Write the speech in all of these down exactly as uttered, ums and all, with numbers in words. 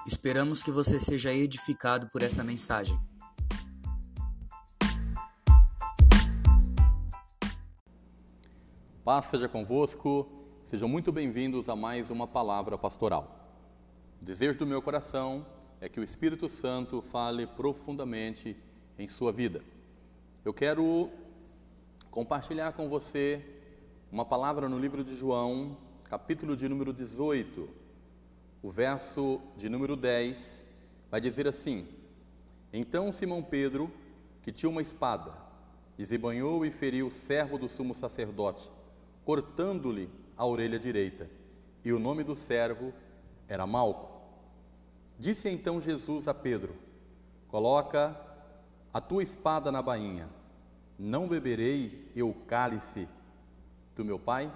Esperamos que você seja edificado por essa mensagem. Paz seja convosco, sejam muito bem-vindos a mais uma palavra pastoral. O desejo do meu coração é que o Espírito Santo fale profundamente em sua vida. Eu quero compartilhar com você uma palavra no livro de João, capítulo de número dezoito, o verso de número dez, vai dizer assim: Então Simão Pedro, que tinha uma espada, desembainhou e feriu o servo do sumo sacerdote, cortando-lhe a orelha direita, e o nome do servo era Malco. Disse então Jesus a Pedro: Coloca a tua espada na bainha. Não beberei eu o cálice do meu Pai?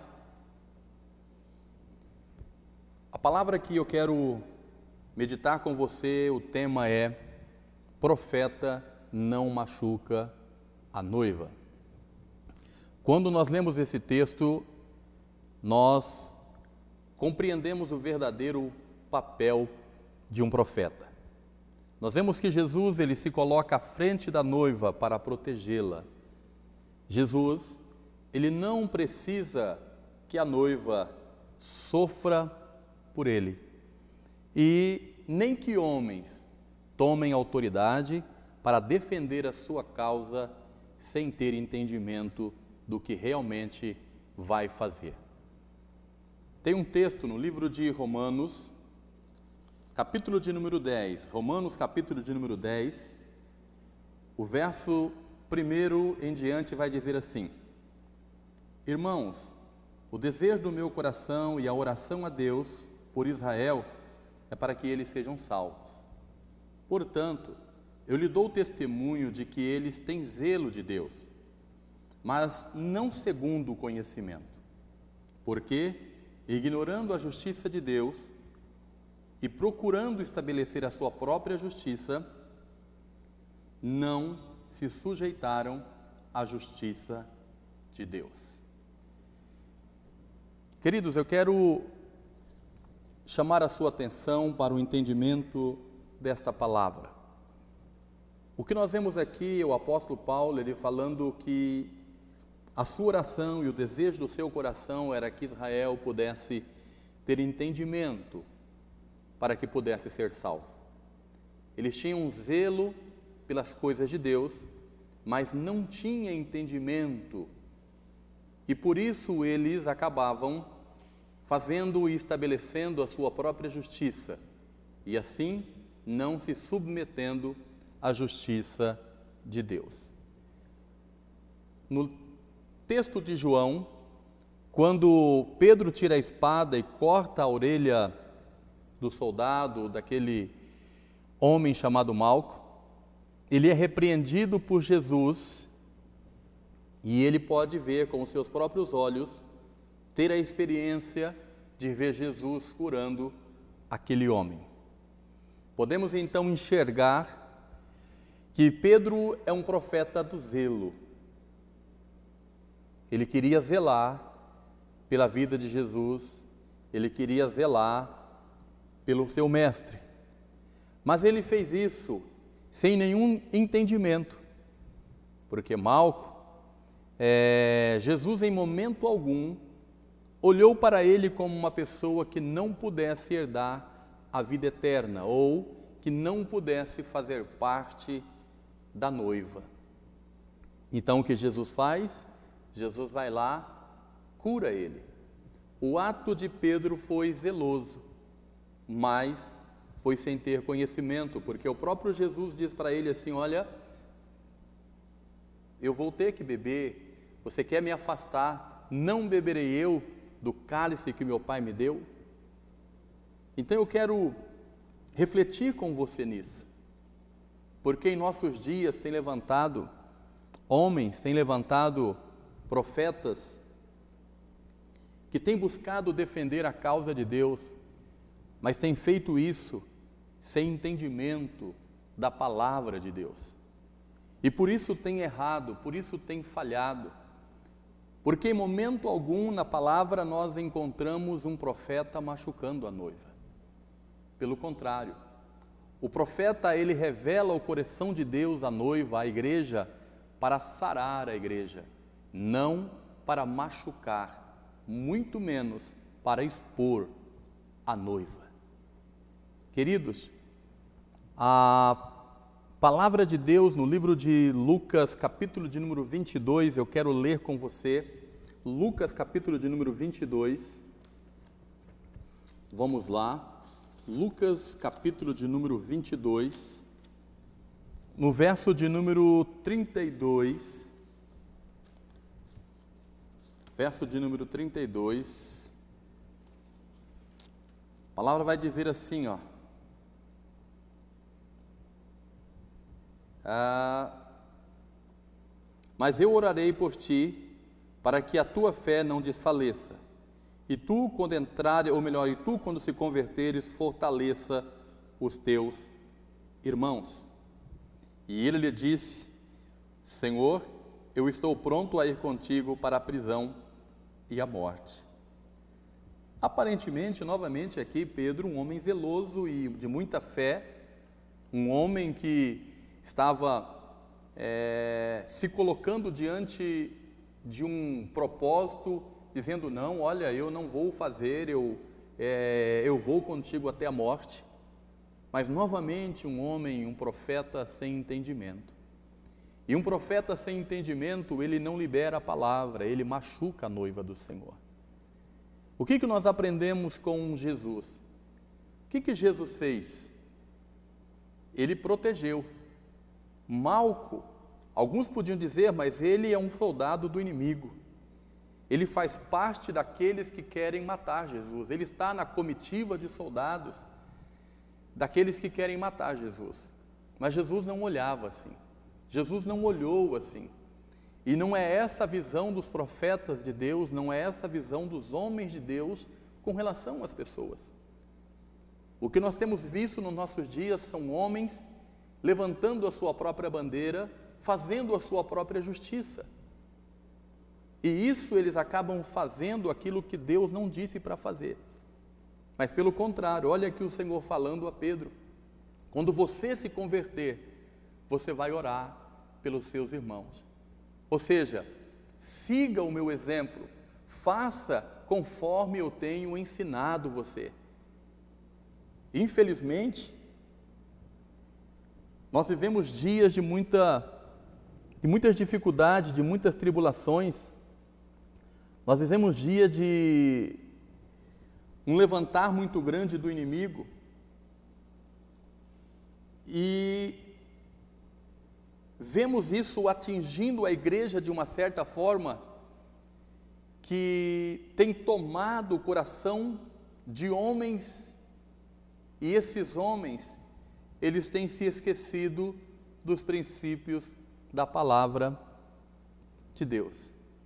A palavra que eu quero meditar com você, o tema é: profeta não machuca a noiva. Quando nós lemos esse texto, nós compreendemos o verdadeiro papel de um profeta. Nós vemos que Jesus, ele se coloca à frente da noiva para protegê-la. Jesus, ele não precisa que a noiva sofra por ele, e nem que homens tomem autoridade para defender a sua causa sem ter entendimento do que realmente vai fazer. Tem um texto no livro de Romanos, capítulo de número dez, Romanos capítulo de número dez, o verso primeiro em diante vai dizer assim: Irmãos, o desejo do meu coração e a oração a Deus por Israel é para que eles sejam salvos. Portanto, eu lhe dou testemunho de que eles têm zelo de Deus, mas não segundo o conhecimento, porque, ignorando a justiça de Deus e procurando estabelecer a sua própria justiça, não se sujeitaram à justiça de Deus. Queridos, eu quero chamar a sua atenção para o entendimento desta palavra. O que nós vemos aqui é o apóstolo Paulo, ele falando que a sua oração e o desejo do seu coração era que Israel pudesse ter entendimento para que pudesse ser salvo. Eles tinham um zelo pelas coisas de Deus, mas não tinham entendimento, e por isso eles acabavam fazendo e estabelecendo a sua própria justiça, e assim não se submetendo à justiça de Deus. No texto de João, quando Pedro tira a espada e corta a orelha do soldado, daquele homem chamado Malco, ele é repreendido por Jesus e ele pode ver com os seus próprios olhos, ter a experiência de ver Jesus curando aquele homem. Podemos então enxergar que Pedro é um profeta do zelo. Ele queria zelar pela vida de Jesus, ele queria zelar pelo seu mestre. Mas ele fez isso sem nenhum entendimento, porque Malco, é, Jesus em momento algum olhou para ele como uma pessoa que não pudesse herdar a vida eterna ou que não pudesse fazer parte da noiva. Então o que Jesus faz? Jesus vai lá, cura ele. O ato de Pedro foi zeloso, mas foi sem ter conhecimento, porque o próprio Jesus diz para ele assim: olha, eu vou ter que beber, você quer me afastar, não beberei eu do cálice que meu Pai me deu? Então eu quero refletir com você nisso, porque em nossos dias tem levantado homens, tem levantado profetas que têm buscado defender a causa de Deus, mas têm feito isso sem entendimento da palavra de Deus. E por isso tem errado, por isso tem falhado. Porque em momento algum na palavra nós encontramos um profeta machucando a noiva. Pelo contrário, O profeta, ele revela o coração de Deus à noiva, à igreja, para sarar a igreja, não para machucar, muito menos para expor a noiva. Queridos, a palavra de Deus no livro de Lucas, capítulo de número vinte e dois, eu quero ler com você. Lucas, capítulo de número vinte e dois. Vamos lá. Lucas, capítulo de número vinte e dois. No verso de número trinta e dois. Verso de número trinta e dois. A palavra vai dizer assim, ó. Ah, mas eu orarei por ti, para que a tua fé não desfaleça, e tu, quando entrar, ou melhor, e tu, quando se converteres, fortaleça os teus irmãos. E ele lhe disse: Senhor, eu estou pronto a ir contigo para a prisão e a morte. Aparentemente, novamente aqui, Pedro, um homem zeloso e de muita fé, um homem que estava é, se colocando diante de um propósito, dizendo: não, olha, eu não vou fazer, eu, é, eu vou contigo até a morte. Mas novamente um homem, um profeta sem entendimento. E um profeta sem entendimento, ele não libera a palavra, ele machuca a noiva do Senhor. O que, que nós aprendemos com Jesus? O que, que Jesus fez? Ele protegeu. Malco, alguns podiam dizer, mas ele é um soldado do inimigo. Ele faz parte daqueles que querem matar Jesus. Ele está na comitiva de soldados daqueles que querem matar Jesus. Mas Jesus não olhava assim. Jesus não olhou assim. E não é essa a visão dos profetas de Deus, não é essa a visão dos homens de Deus com relação às pessoas. O que nós temos visto nos nossos dias são homens levantando a sua própria bandeira, fazendo a sua própria justiça. E isso eles acabam fazendo aquilo que Deus não disse para fazer. Mas pelo contrário, olha aqui o Senhor falando a Pedro: quando você se converter, você vai orar pelos seus irmãos. Ou seja, siga o meu exemplo, faça conforme eu tenho ensinado você. Infelizmente, nós vivemos dias de, muita, de muitas dificuldades, de muitas tribulações. Nós vivemos dias de um levantar muito grande do inimigo. E vemos isso atingindo a igreja de uma certa forma, que tem tomado o coração de homens, e esses homens, eles têm se esquecido dos princípios da palavra de Deus.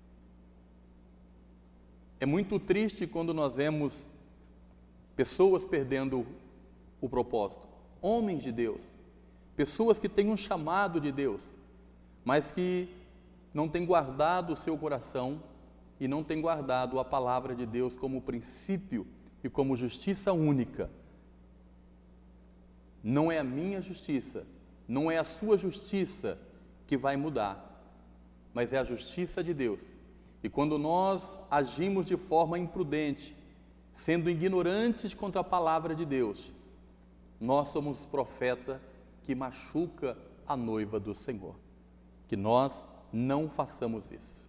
É muito triste quando nós vemos pessoas perdendo o propósito, homens de Deus, pessoas que têm um chamado de Deus, mas que não têm guardado o seu coração e não têm guardado a palavra de Deus como princípio e como justiça única. Não é a minha justiça, não é a sua justiça que vai mudar, mas é a justiça de Deus. E quando nós agimos de forma imprudente, sendo ignorantes contra a palavra de Deus, nós somos profeta que machuca a noiva do Senhor. Que nós não façamos isso.